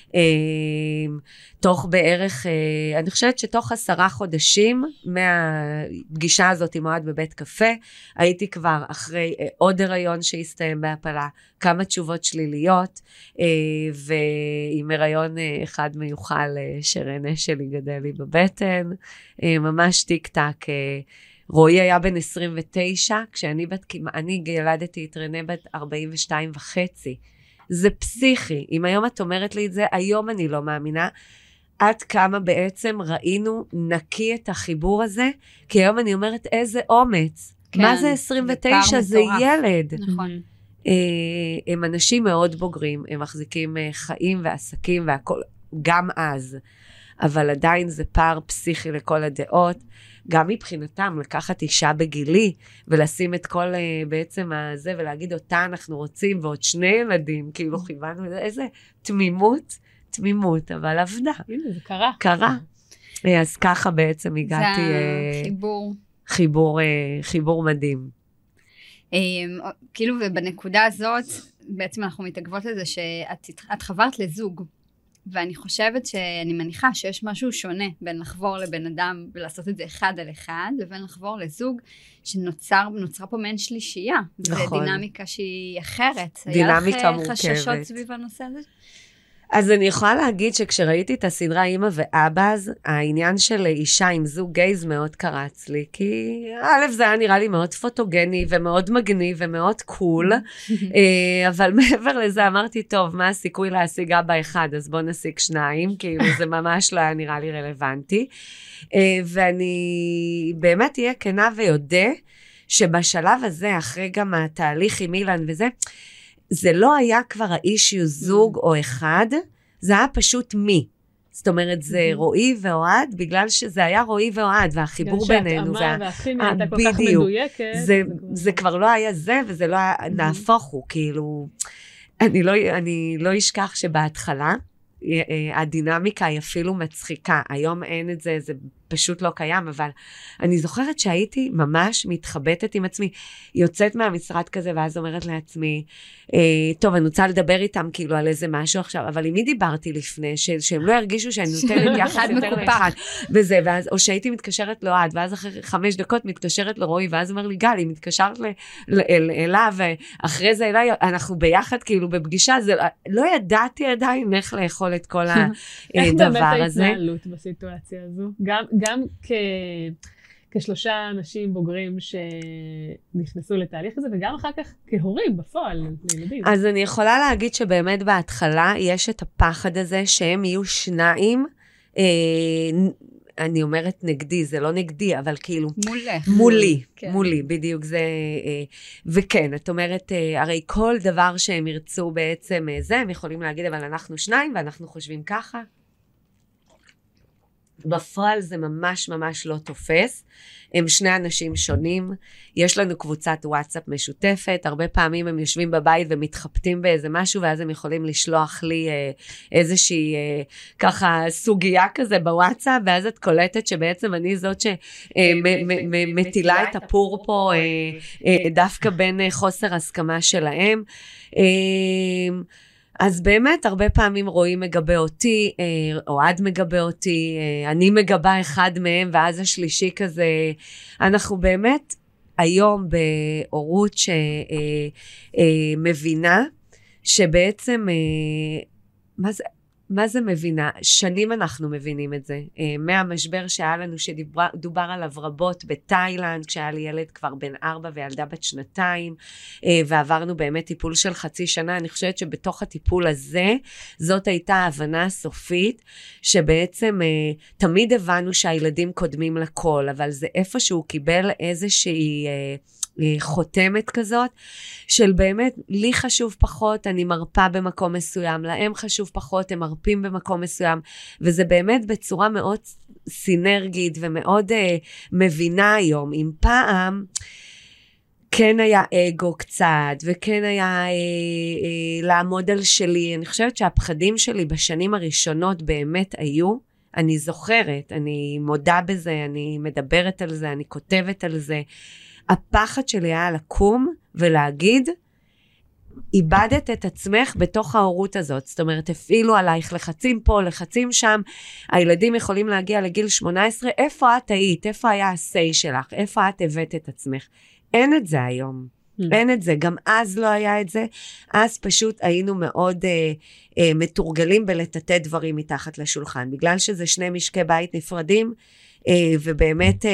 C: תוך בערך, אני חושבת שתוך 10 חודשים, מהפגישה הזאת עם אוהד בבית קפה, הייתי כבר אחרי עוד הריון שהסתיים בהפלה, כמה תשובות שליליות, ועם הריון אחד מיוחל שרנה שלי גדל לי בבטן, ממש טיק טק, רועי היה בן 29, כשאני ילדתי את רנה בת 42 וחצי. זה פסיכי. אם היום את אומרת לי את זה, היום אני לא מאמינה. עד כמה בעצם ראינו נקי את החיבור הזה, כי היום אני אומרת איזה אומץ. כן, מה זה 29? זה ילד.
A: נכון.
C: הם אנשים מאוד בוגרים, הם מחזיקים חיים ועסקים והכל, גם אז. אבל עדיין זה פער פסיכי לכל הדעות. גם מבחינתם, לקחת אישה בגילי, ולשים את כל בעצם הזה, ולהגיד אותה אנחנו רוצים, ועוד 2 ילדים, כאילו חיוונו, איזה תמימות, אבל עבדה.
B: הנה, זה קרה.
C: קרה. אז ככה בעצם הגעתי...
A: זה
C: חיבור מדהים.
A: כאילו, ובנקודה הזאת, בעצם אנחנו מתעכבות לזה, שאת חברת לזוג, ואני חושבת שאני מניחה שיש משהו שונה בין לחבור לבן אדם ולעשות את זה 1 על 1, לבין לחבור לזוג שנוצרה פה מעין שלישייה. נכון. זה דינמיקה שהיא אחרת.
C: דינמיקה מורכבת.
A: היה לך חששות סביב הנושא הזה?
C: אז אני יכולה להגיד שכשראיתי את הסדרה אמא ואבא, אז העניין של אישה עם זוג גייז מאוד קרץ לי, כי א' זה היה נראה לי מאוד פוטוגני ומאוד מגניב ומאוד קול, אבל מעבר לזה אמרתי, טוב, מה הסיכוי להשיג אבא 1, אז בוא נשיג 2, כאילו זה ממש לא היה נראה לי רלוונטי, ואני באמת אהיה כנה ויודע שבשלב הזה, אחרי גם התהליך עם אילן וזה, זה לא היה כבר האישיו זוג או 1, זה היה פשוט מי. זאת אומרת, זה רועי ואוהד, בגלל שזה היה רועי ואוהד, והחיבור בינינו.
B: שהתאמה והכימיה הייתה כל כך מדויקת.
C: זה כבר לא היה זה, וזה לא היה, נהפוך הוא, כאילו, אני לא אשכח שבהתחלה, הדינמיקה היא אפילו מצחיקה, היום אין את זה, זה פשוט לא קיים, אבל אני זוכרת שהייתי ממש מתחבטת עם עצמי, יוצאת מהמשרד כזה, ואז אומרת לעצמי, טוב, אני רוצה לדבר איתם כאילו על איזה משהו עכשיו, אבל עם מי דיברתי לפני, שהם לא ירגישו שאני נותנת יחד יותר לאחד, וזה, ואז, או שהייתי מתקשרת לאוהד, ואז אחרי 5 דקות מתקשרת לרועי, ואז אומר לי, גל, היא מתקשרת אליו, ואחרי זה אליי, אנחנו ביחד כאילו בפגישה, זה, לא ידעתי עדיין איך לאכול את כל הדבר הזה.
B: איך באמת ההתנהלות בסיטואציה הזו? גם כ3 אנשים בוגרים שנכנסו לתהליך הזה, וגם אחר כך כהורים בפועל לילדים.
C: אז אני יכולה להגיד שבאמת בהתחלה יש את הפחד הזה שהם יהיו 2, אני אומרת נגדי, זה לא נגדי, אבל כאילו... מולי, כן. מולי, בדיוק זה... וכן, את אומרת, הרי כל דבר שהם ירצו בעצם זה, הם יכולים להגיד, אבל אנחנו 2 ואנחנו חושבים ככה. בפועל זה ממש ממש לא תופס, הם 2 אנשים שונים, יש לנו קבוצת וואטסאפ משותפת, הרבה פעמים הם יושבים בבית ומתחבטים באיזה משהו, ואז הם יכולים לשלוח לי איזושהי ככה סוגיה כזה בוואטסאפ, ואז את קולטת שבעצם אני זאת שמטילה את הפור פה, דווקא בין חוסר הסכמה שלהם, אז באמת, הרבה פעמים רואים מגבה אותי, אוהד מגבה אותי, אני מגבה אחד מהם, ואז השלישי כזה, אנחנו באמת היום בהורות שמבינה, שבעצם, מה זה מבינה? שנים אנחנו מבינים את זה. מהמשבר שהיה לנו, שדובר עליו רבות בתאילנד, כשהיה לי ילד כבר בן 4 וילדה בת 2, ועברנו באמת טיפול של חצי שנה. אני חושבת שבתוך הטיפול הזה, זאת הייתה ההבנה הסופית, שבעצם תמיד הבנו שהילדים קודמים לכל, אבל זה איפשהו קיבל איזושהי... חותמת כזאת, של באמת, לי חשוב פחות, אני מרפה במקום מסוים, להם חשוב פחות, הם מרפים במקום מסוים, וזה באמת בצורה מאוד סינרגית, ומאוד מבינה היום, אם פעם, כן היה אגו קצת, וכן היה לעמוד על שלי, אני חושבת שהפחדים שלי בשנים הראשונות באמת היו, אני זוכרת, אני מודה בזה, אני מדברת על זה, אני כותבת על זה, הפחד שלי היה לקום ולהגיד, איבדת את עצמך בתוך ההורות הזאת. זאת אומרת, הפעילו עלייך לחצים פה, לחצים שם. הילדים יכולים להגיע לגיל 18. איפה את היית? איפה היה ה-say שלך? איפה את הבאת את עצמך? אין את זה היום. אין את זה. גם אז לא היה את זה. אז פשוט היינו מאוד מתורגלים בלטטט דברים מתחת לשולחן. בגלל שזה 2 משקי בית נפרדים, ובאמת...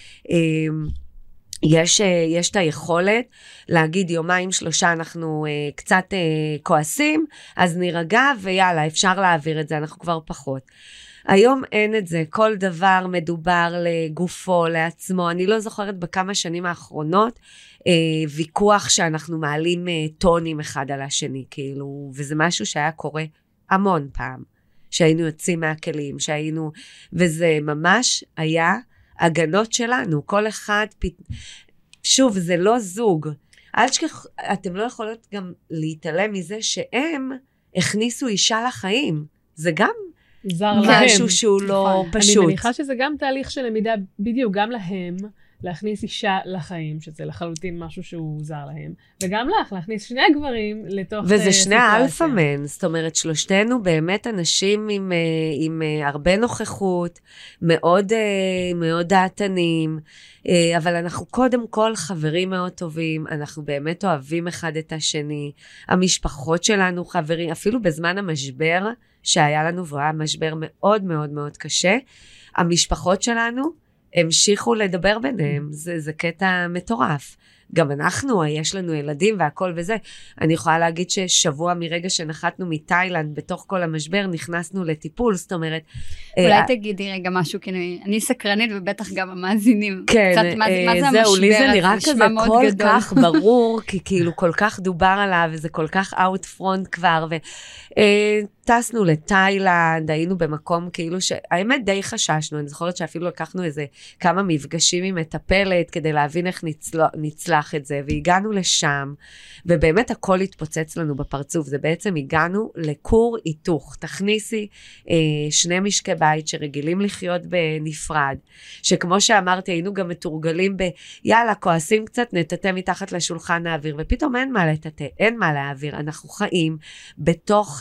C: יש את היכולת להגיד 2-3 אנחנו קצת כועסים, אז נירגע ויאללה, אפשר להעביר את זה, אנחנו כבר פחות. היום אין את זה, כל דבר מדובר לגופו, לעצמו, אני לא זוכרת בכמה שנים האחרונות, ויכוח שאנחנו מעלים טונים אחד על השני, כאילו, וזה משהו שהיה קורה המון פעם, שהיינו יוצאים מהכלים, וזה ממש היה... הגנות שלנו, כל אחד, שוב, זה לא זוג, אתם לא יכולות גם להתעלם מזה שהם הכניסו אישה לחיים, זה גם משהו שהוא לא פשוט.
B: אני מניחה שזה גם תהליך של למידה, בדיוק, גם להם, להכניס אישה לחיים, שזה לחלוטין משהו שהוא זר להם, וגם לך, להכניס 2 גברים לתוך
C: וזה 2 אלפא מן, זאת אומרת, 3 באמת אנשים עם הרבה נוכחות, מאוד, מאוד דעתנים, אבל אנחנו קודם כל חברים מאוד טובים, אנחנו באמת אוהבים אחד את השני, המשפחות שלנו חברים, אפילו בזמן המשבר שהיה לנו, והיה משבר מאוד מאוד מאוד קשה, המשפחות שלנו, המשיכו לדבר ביניהם, זה קטע מטורף. גם אנחנו, יש לנו ילדים והכל וזה. אני יכולה להגיד ששבוע מרגע שנחתנו מתאילנד, בתוך כל המשבר, נכנסנו לטיפול, זאת אומרת...
A: אולי תגידי רגע משהו, כי אני סקרנית ובטח גם המאזינים.
C: כן,
A: מה זה המשבר?
C: זהו, לי זה נראה כזה כל כך ברור, כי כאילו כל כך דובר עליו, וזה כל כך out front כבר, טסנו לתאילנד, היינו במקום כאילו האמת די חששנו, אני זוכרת שאפילו לקחנו איזה כמה מפגשים עם מטפלת, כדי להבין איך נצלח את זה, והגענו לשם, ובאמת הכל התפוצץ לנו בפרצוף, זה בעצם הגענו לקור היתוך, תכניסי 2 משקי בית שרגילים לחיות בנפרד, שכמו שאמרתי, היינו גם מתורגלים יאללה, כועסים קצת, נטטה מתחת לשולחן האוויר, ופתאום אין מה לטטה, אין מה להעביר, אנחנו חיים בתוך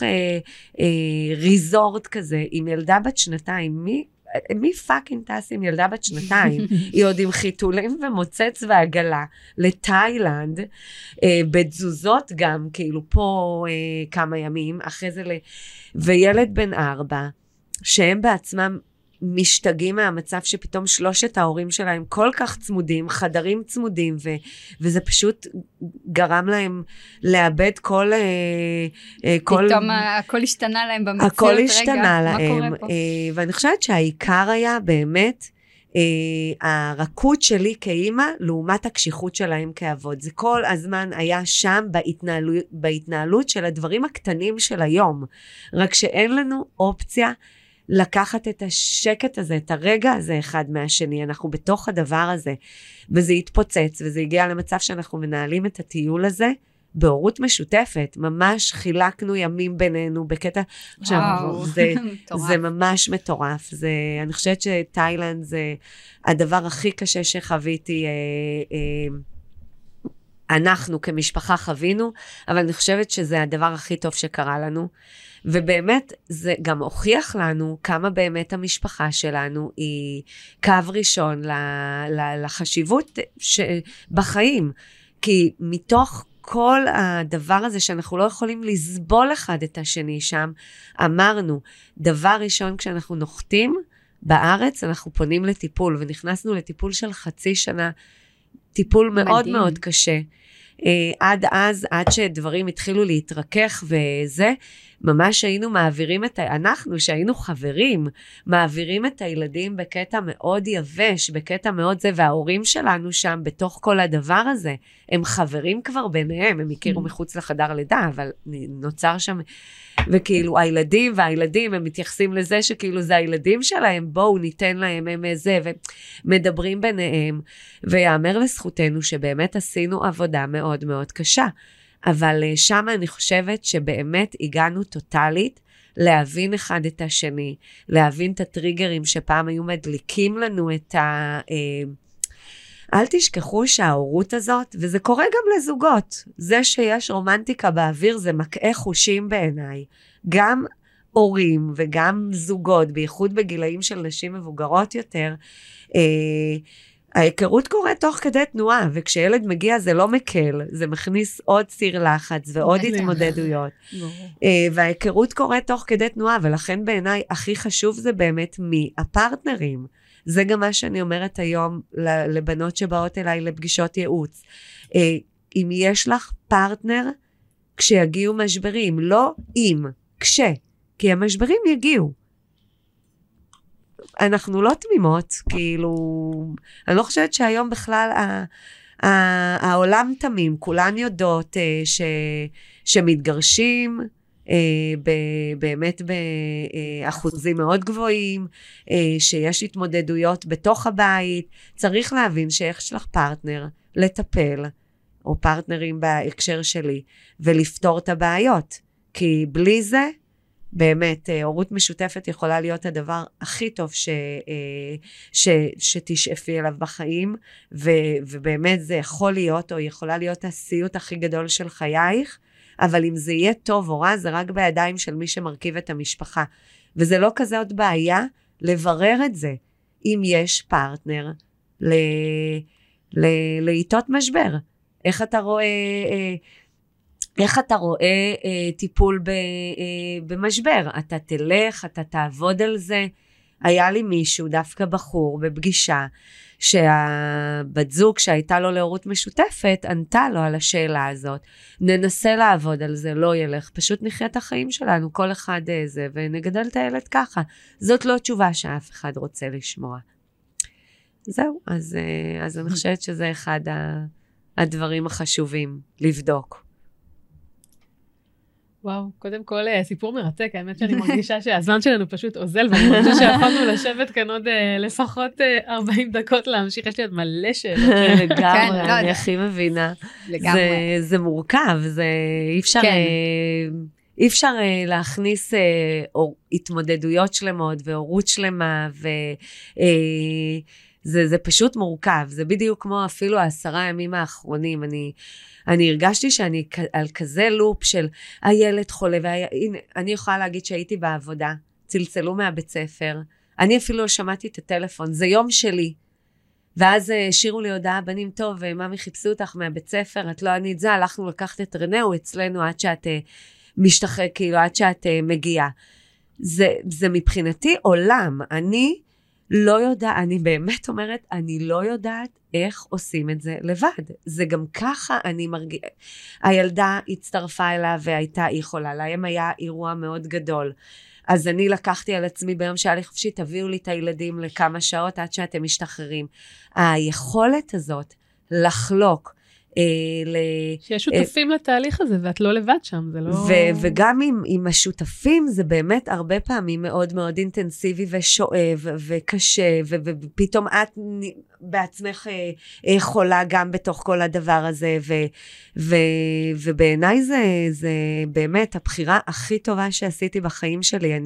C: ריזורט כזה, עם ילדה בת 2, מי פאקינג טס עם ילדה בת 2? היא עוד עם חיתולים ומוצץ ועגלה לתאילנד, בתזוזות גם, כאילו פה כמה ימים, אחרי זה וילד בן 4, שהם בעצמם משתגעים מהמצב שפתאום 3 ההורים שלהם כל כך צמודים, חדרים צמודים, וזה פשוט גרם להם לאבד כל...
A: פתאום הכל השתנה להם במציאות.
C: הכל השתנה
A: רגע,
C: להם,
A: מה קורה פה?
C: ואני חושבת שהעיקר היה באמת הרכות שלי כאימא לעומת הקשיחות שלהם כאבות. זה כל הזמן היה שם בהתנהלות של הדברים הקטנים של היום, רק שאין לנו אופציה לקחת את השקט הזה, את הרגע הזה אחד מהשני, אנחנו בתוך הדבר הזה, וזה התפוצץ, וזה הגיע למצב שאנחנו מנהלים את הטיול הזה, בהורות משותפת, ממש חילקנו ימים בינינו, בקטע, עכשיו, זה ממש מטורף, אני חושבת שתאילנד זה הדבר הכי קשה שחוויתי, אנחנו כמשפחה חווינו, אבל אני חושבת שזה הדבר הכי טוב שקרה לנו, ובאמת זה גם הוכיח לנו כמה באמת המשפחה שלנו היא קו ראשון לחשיבות בחיים, כי מתוך כל הדבר הזה שאנחנו לא יכולים לסבול אחד את השני שם, אמרנו, דבר ראשון כשאנחנו נוחתים בארץ, אנחנו פונים לטיפול, ונכנסנו לטיפול של 0.5 שנה, טיפול מאוד מאוד קשה. עד שדברים התחילו להתרכך וזה, ממש היינו מעבירים אנחנו שהיינו חברים, מעבירים את הילדים בקטע מאוד יבש, בקטע מאוד זה, וההורים שלנו שם בתוך כל הדבר הזה, הם חברים כבר ביניהם, הם הכירו מחוץ לחדר לידה, אבל נוצר שם, וכאילו הילדים, הם מתייחסים לזה שכאילו זה הילדים שלהם, בואו ניתן להם הם זה, ומדברים ביניהם, ויאמר לזכותנו שבאמת עשינו עבודה מאוד מאוד קשה, אבל שם אני חושבת שבאמת הגענו טוטלית להבין אחד את השני, להבין את הטריגרים שפעם היו מדליקים לנו את אל תשכחו שההורות הזאת, וזה קורה גם לזוגות, זה שיש רומנטיקה באוויר זה מקעה חושים בעיניי, גם הורים וגם זוגות, בייחוד בגילאים של נשים מבוגרות יותר, ההיכרות קורה תוך כדי תנועה, וכשילד מגיע זה לא מקל, זה מכניס עוד סיר לחץ ועוד התמודדויות. וההיכרות קורה תוך כדי תנועה, ולכן בעיניי הכי חשוב זה באמת מי הפרטנרים. זה גם מה שאני אומרת היום לבנות שבאות אליי לפגישות ייעוץ. אם יש לך פרטנר, כשיגיעו משברים, לא אם, כי המשברים יגיעו. אנחנו לא תמימות, כאילו, אני לא חושבת שהיום בכלל העולם תמים, כולן יודעות שמתגרשים, באמת באחוזים מאוד גבוהים, שיש התמודדויות בתוך הבית, צריך להבין שיש לך פרטנר לטפל, או פרטנרים בהקשר שלי, ולפתור את הבעיות, כי בלי זה, באמת, הורות משותפת יכולה להיות הדבר הכי טוב שתשאפי אליו בחיים, ובאמת זה יכול להיות, או יכולה להיות הסיוט הכי גדול של חייך, אבל אם זה יהיה טוב או רע, זה רק בידיים של מי שמרכיב את המשפחה. וזה לא כזה עוד בעיה לברר את זה, אם יש פרטנר לעיתות משבר. איך אתה רואה טיפול במשבר? אתה תלך, אתה תעבוד על זה. היה לי מישהו, דווקא בחור, בפגישה, שהבת זוג שהייתה לו להורות משותפת, ענתה לו על השאלה הזאת. ננסה לעבוד על זה, לא ילך. פשוט נחיה את החיים שלנו, כל אחד זה, ונגדל את הילד ככה. זאת לא תשובה שאף אחד רוצה לשמוע. זהו, אז אני חושבת שזה אחד הדברים החשובים לבדוק.
B: וואו, קודם כל סיפור מרתק, האמת שאני מרגישה שהזמן שלנו פשוט אוזל, ואני מרגישה שיכולנו לשבת כאן עוד לפחות 40 דקות להמשיך, יש לי עוד מלא שאלות.
C: לגמרי, אני הכי מבינה. זה מורכב, אי אפשר להכניס התמודדויות שלמות והורות שלמה, זה פשוט מורכב, זה בדיוק כמו אפילו 10 ימים האחרונים, אני הרגשתי שאני על כזה לופ של הילד חולה, והנה, אני יכולה להגיד שהייתי בעבודה, צלצלו מהבית ספר, אני אפילו לא שמעתי את הטלפון, זה יום שלי, ואז השאירו לי הודעה, בנים טוב, ממי חיפשו אותך מהבית ספר, את לא ענית זה, הלכנו לקחת את רנה, הוא אצלנו עד שאת משתחק, כאילו עד שאת מגיעה. זה מבחינתי עולם, אני לא יודעת, אני באמת אומרת, אני לא יודעת איך עושים את זה לבד. זה גם ככה אני מרגישה, הילדה הצטרפה אליו והייתה יכולה, להם היה אירוע מאוד גדול. אז אני לקחתי על עצמי ביום שהיה לי חופשי, תביאו לי את הילדים לכמה שעות עד שאתם משתחררים. היכולת הזאת לחלוק,
B: שיש שותפים לתהליך הזה, ואת לא לבד שם, זה לא...
C: וגם עם השותפים, זה באמת הרבה פעמים מאוד מאוד אינטנסיבי ושואב וקשה, ופתאום את בעצמך חולה גם בתוך כל הדבר הזה, ובעיניי זה באמת הבחירה הכי טובה שעשיתי בחיים שלי.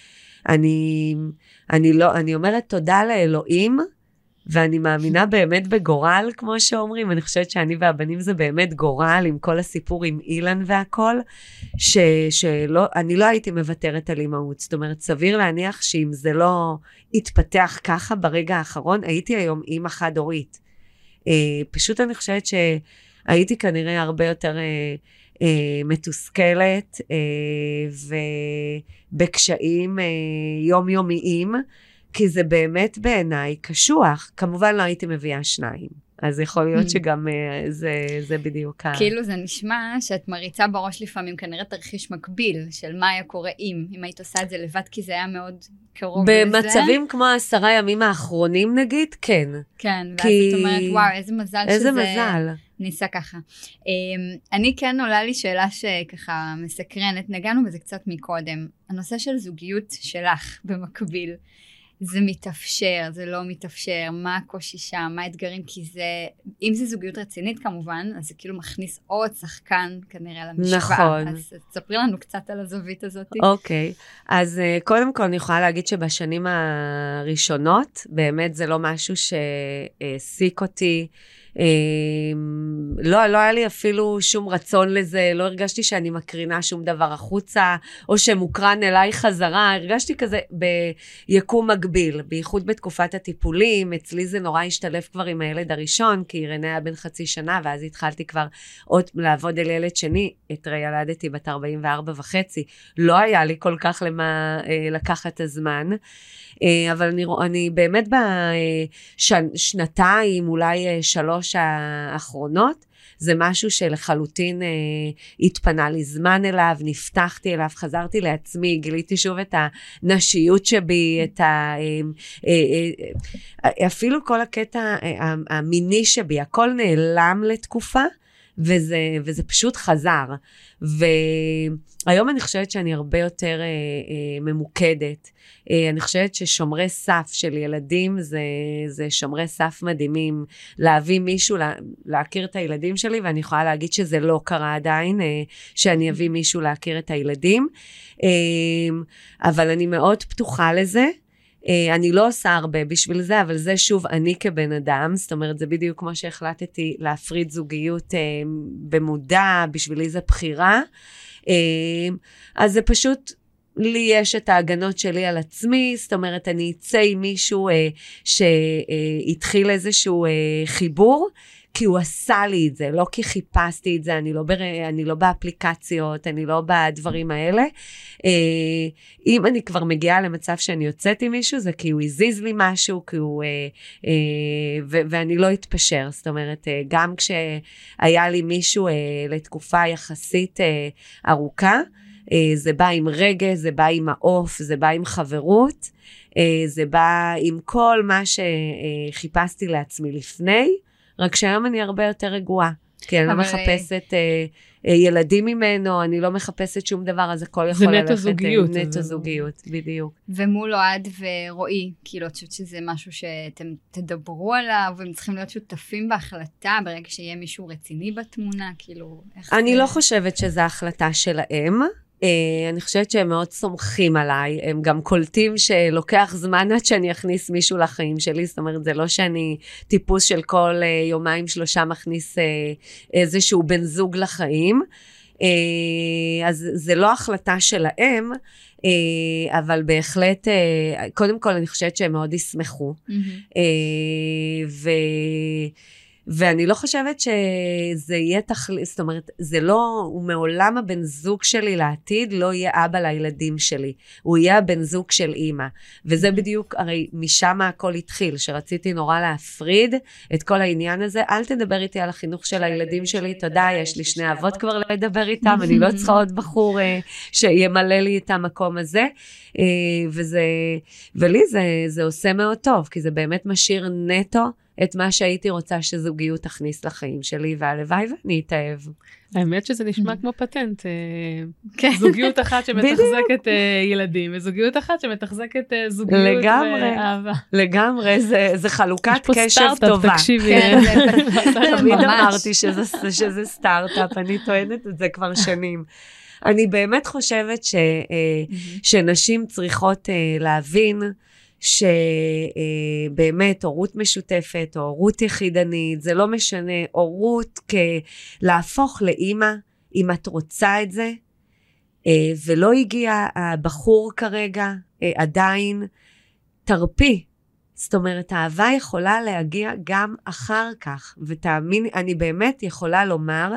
C: אני אומרת תודה לאלוהים, ואני מאמינה באמת בגורל, כמו שאומרים. אני חושבת שאני והבנים זה באמת גורל, עם כל הסיפור עם אילן והכל, שאני לא הייתי מוותרת על אימהות. זאת אומרת, סביר להניח שאם זה לא התפתח ככה ברגע האחרון, הייתי היום אימא חד-הורית. פשוט אני חושבת שהייתי כנראה הרבה יותר מתוסכלת, ובקשיים יומיומיים, כי זה באמת בעיניי קשוח. כמובן לא הייתי מביאה 2. אז יכול להיות שגם זה בדיוק.
A: כאילו זה נשמע שאת מריצה בראש לפעמים כנראה תרחיש מקביל של מה היה קורה אם היית עושה את זה לבד, כי זה היה מאוד קרוב לזה.
C: במצבים כמו 10 ימים האחרונים נגיד, כן.
A: כן, ואז את אומרת, וואו, איזה מזל
C: איזה מזל.
A: ניסה ככה. אני כן עולה לי שאלה שככה מסקרנת, נגענו בזה קצת מקודם. הנושא של זוגיות שלך במקביל. זה מתאפשר, זה לא מתאפשר, מה הקושי שם, מה האתגרים, כי זה, אם זה זוגיות רצינית כמובן, אז זה כאילו מכניס עוד שחקן כנראה למשוואה.
C: נכון.
A: אז תספרי לנו קצת על הזווית הזאת.
C: אוקיי, אז קודם כל אני יכולה להגיד שבשנים הראשונות, באמת זה לא משהו שהעסיק אותי, לא היה לי אפילו שום רצון לזה, לא הרגשתי שאני מקרינה שום דבר החוצה, או שמוקרן אליי חזרה, הרגשתי כזה ביקום מקביל, בייחוד בתקופת הטיפולים. אצלי זה נורא השתלב כבר עם הילד הראשון, כי רנה היה בן חצי שנה, ואז התחלתי כבר עוד לעבוד על ילד שני, את ילדתי בת 44 וחצי, לא היה לי כל כך למה לקחת הזמן, אבל אני באמת בשנתיים, אולי 3 האחרונות, זה משהו שלחלוטין התפנה לי זמן אליו, נפתחתי אליו, חזרתי לעצמי, גיליתי שוב את הנשיות שבי, אפילו כל הקטע המיני שבי, הכל נעלם לתקופה, וזה פשוט חזר. והיום אני חושבת שאני הרבה יותר ממוקדת. אני חושבת ששומרי סף של ילדים זה שומרי סף מדהימים. להביא מישהו, להכיר את הילדים שלי, ואני יכולה להגיד שזה לא קרה עדיין, שאני אביא מישהו להכיר את הילדים. אבל אני מאוד פתוחה לזה. אני לא עושה הרבה בשביל זה, אבל זה שוב אני כבן אדם, זאת אומרת זה בדיוק כמו שהחלטתי להפריד זוגיות במודע, בשבילי זה בחירה, אז זה פשוט, לי יש את ההגנות שלי על עצמי, זאת אומרת אני אצא עם מישהו שהתחיל איזשהו חיבור, כי הוא עשה לי את זה, לא כי חיפשתי את זה, אני לא באפליקציות, אני לא בדברים האלה. אם אני כבר מגיעה למצב שאני יוצאת עם מישהו, זה כי הוא הזיז לי משהו, ואני לא אתפשר. זאת אומרת, גם כשהיה לי מישהו לתקופה יחסית ארוכה, זה בא עם רגע, זה בא עם העוף, זה בא עם חברות, זה בא עם כל מה שחיפשתי לעצמי לפני, רק שהיום אני הרבה יותר רגועה, כי אני לא מחפשת ילדים ממנו, אני לא מחפשת שום דבר, אז הכל יכול ללכת.
B: זה נטו זוגיות.
C: נטו זוגיות, בדיוק.
A: ומול אוהד ורועי, כאילו, את חושבת שזה משהו שאתם תדברו עליו, והם צריכים להיות שותפים בהחלטה, ברגע שיהיה מישהו רציני בתמונה, כאילו, איך
C: אני
A: זה...
C: לא חושבת שזו החלטה שלהם, אני חושבת שהם מאוד סומכים עליי, הם גם קולטים שלוקח זמן עד שאני אכניס מישהו לחיים שלי, זאת אומרת, זה לא שאני טיפוס של כל 2-3 מכניס איזשהו בן זוג לחיים, אז זה לא החלטה שלהם, אבל בהחלט, קודם כל אני חושבת שהם מאוד ישמחו, ואני לא חושבת שזה יהיה זאת אומרת, זה לא, הוא מעולם הבן זוג שלי לעתיד, לא יהיה אבא לילדים שלי, הוא יהיה הבן זוג של אמא, וזה בדיוק, הרי משם הכל התחיל, שרציתי נורא להפריד את כל העניין הזה, אל תדבר איתי על החינוך של הילדים שלי, תודה, יש לי 2 אבות כבר לדבר איתם, אני לא צריכה עוד בחור שימלא לי את המקום הזה, ולי זה עושה מאוד טוב, כי זה באמת משאיר נטו את מה שהייתי רוצה שזוגיות תכניס לחיים שלי, והלוואי ואני אתאהב.
B: האמת שזה נשמע כמו פטנט. זוגיות אחת שמתחזקת ילדים, וזוגיות אחת שמתחזקת זוגיות ואהבה.
C: לגמרי, זה חלוקת קשב טובה.
B: תקשיבי.
C: תמיד אמרתי שזה סטארט-אפ, אני טוענת את זה כבר שנים. אני באמת חושבת שנשים צריכות להבין, שבאמת הורות משותפת, או הורות יחידנית, זה לא משנה, הורות להפוך לאמא, אם את רוצה את זה, ולא הגיע הבחור כרגע, עדיין, תרפי. זאת אומרת, האהבה יכולה להגיע גם אחר כך, ותאמין, אני באמת יכולה לומר,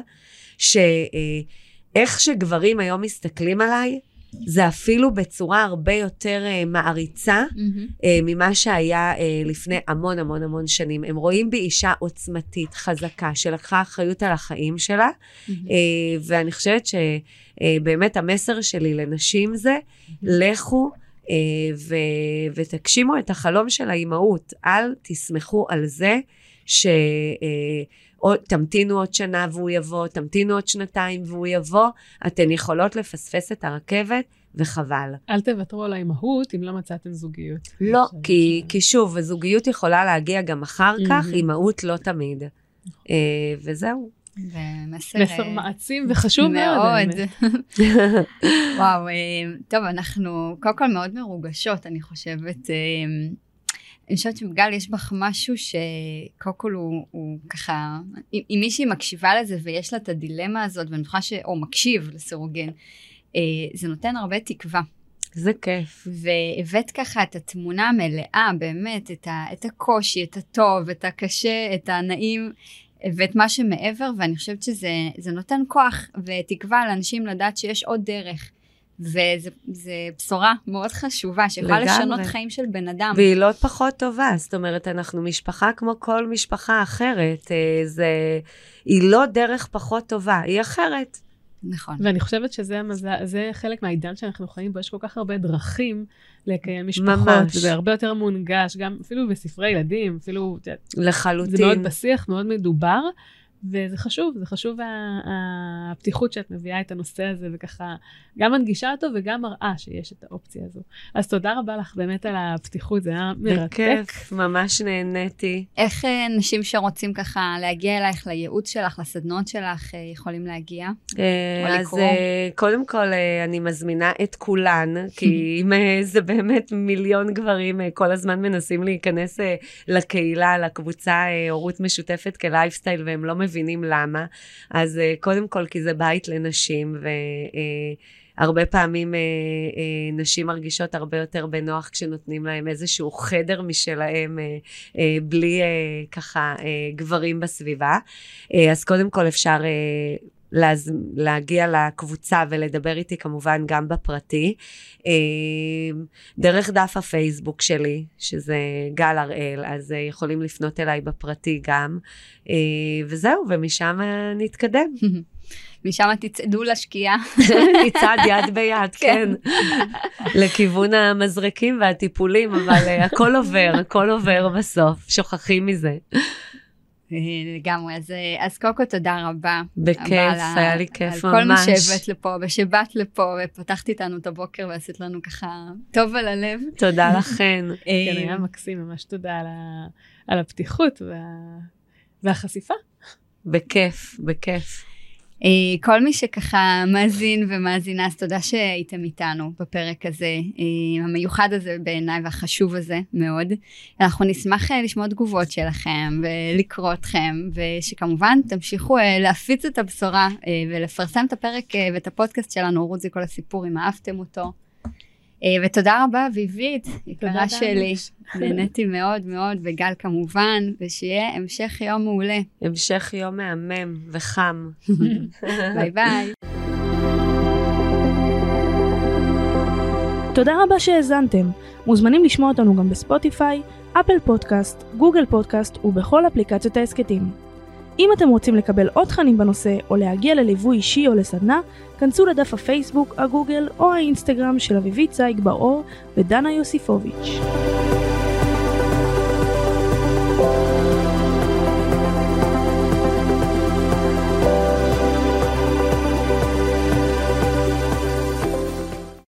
C: שאיך שגברים היום מסתכלים עליי, זה אפילו בצורה הרבה יותר מעריצה ממה שהיה לפני המון המון המון שנים. הם רואים בי אישה עוצמתית, חזקה, שלקחה אחריות על החיים שלה, ואני חושבת שבאמת המסר שלי לנשים זה, לכו ותגשימו את החלום של האימהות, אל תסמכו על זה תמתינו עוד שנה והוא יבוא, תמתינו עוד 2 והוא יבוא, אתן יכולות לפספס את הרכבת, וחבל.
B: אל תוותרו על האימהות אם לא מצאתם זוגיות.
C: לא, כי שוב, הזוגיות יכולה להגיע גם אחר כך, אימהות לא תמיד. וזהו.
B: מסר מעצים וחשוב מאוד.
A: וואו, טוב, אנחנו קודם כל מאוד מרוגשות, אני חושבת. אני חושבת שבגלל יש בך משהו שקודם כל הוא ככה, אם מישהי מקשיבה לזה ויש לה את הדילמה הזאת, ואני חושבת או מקשיב לסירוגן, זה נותן הרבה תקווה.
C: זה כיף.
A: והבאת ככה את התמונה המלאה, באמת, את הקושי, את הטוב, את הקשה, את הנעים, ואת מה שמעבר, ואני חושבת שזה נותן כוח ותקווה לאנשים לדעת שיש עוד דרך. וזה בשורה מאוד חשובה, שיכולה לשנות חיים של בן אדם.
C: והיא לא פחות טובה, זאת אומרת, אנחנו משפחה כמו כל משפחה אחרת, היא לא דרך פחות טובה, היא אחרת.
B: נכון. ואני חושבת שזה חלק מהעידן שאנחנו חיים בו, יש כל כך הרבה דרכים לקיים משפחות, ממש. וזה הרבה יותר מונגש, גם אפילו בספרי ילדים, אפילו,
C: לחלוטין.
B: זה מאוד בשיח, מאוד מדובר, וזה חשוב, זה חשוב הפתיחות שאת מביאה את הנושא הזה, וככה גם מנגישה אותו וגם מראה שיש את האופציה הזו. אז תודה רבה לך באמת על הפתיחות, זה היה מרתק.
C: בכיף, ממש נהניתי.
A: איך נשים שרוצים ככה להגיע אלייך, לייעוץ שלך, לסדנות שלך, יכולים להגיע?
C: אז קודם כל אני מזמינה את כולן, כי אם זה באמת מיליון גברים, כל הזמן מנסים להיכנס לקהילה, לקבוצה הורות משותפת כלייפסטייל, והם לא מבינים למה. אז קודם כל כי זה בית לנשים, הרבה פעמים נשים מרגישות הרבה יותר בנוח כשנותנים להם איזשהו חדר משלהם, בלי ככה גברים בסביבה. אז קודם כל אפשר להגיע לקבוצה ולדבר איתי כמובן גם בפרטי, דרך דף הפייסבוק שלי, שזה גל הראל, אז יכולים לפנות אליי בפרטי גם, וזהו, ומשם נתקדם.
A: משם תצעדו לשקיעה.
C: נצעד יד ביד, כן. לכיוון המזרקים והטיפולים, אבל הכל עובר בסוף, שוכחים מזה.
A: לגמרי, אז קוקו תודה רבה.
C: בכיף, היה לי כיף ממש.
A: על כל מה שהבאת לפה, ושבאת לפה, ופתחת איתנו את הבוקר, ועשית לנו ככה טוב על הלב.
C: תודה לכן.
B: כן, היה מקסים, ממש תודה על הפתיחות והחשיפה.
C: בכיף, בכיף.
A: כל מי שככה מאזין ומאזינה, אז תודה שהייתם איתנו בפרק הזה, המיוחד הזה בעיניי והחשוב הזה מאוד. אנחנו נשמח לשמוע תגובות שלכם ולקרוא אתכם, ושכמובן תמשיכו להפיץ את הבשורה ולפרסם את הפרק ואת הפודקאסט שלנו, הורות זה כל הסיפור, אם אהבתם אותו. ותודה רבה אביבית, יקרה שלי. נהניתי מאוד מאוד, וגל כמובן, ושיהיה המשך יום מעולה.
C: המשך יום מהמם וחם.
A: ביי ביי.
D: תודה רבה שהאזנתם. מוזמנים לשמוע אותנו גם בספוטיפיי, אפל פודקאסט, גוגל פודקאסט ובכל אפליקציות ההסקטים. אם אתם רוצים לקבל עוד תכנים בנושא או להגיע לליווי אישי או לסדנה, כנסו לדף הפייסבוק, הגוגל או האינסטגרם של אביבית צייג בר-אור ודנה יוסיפוביץ'.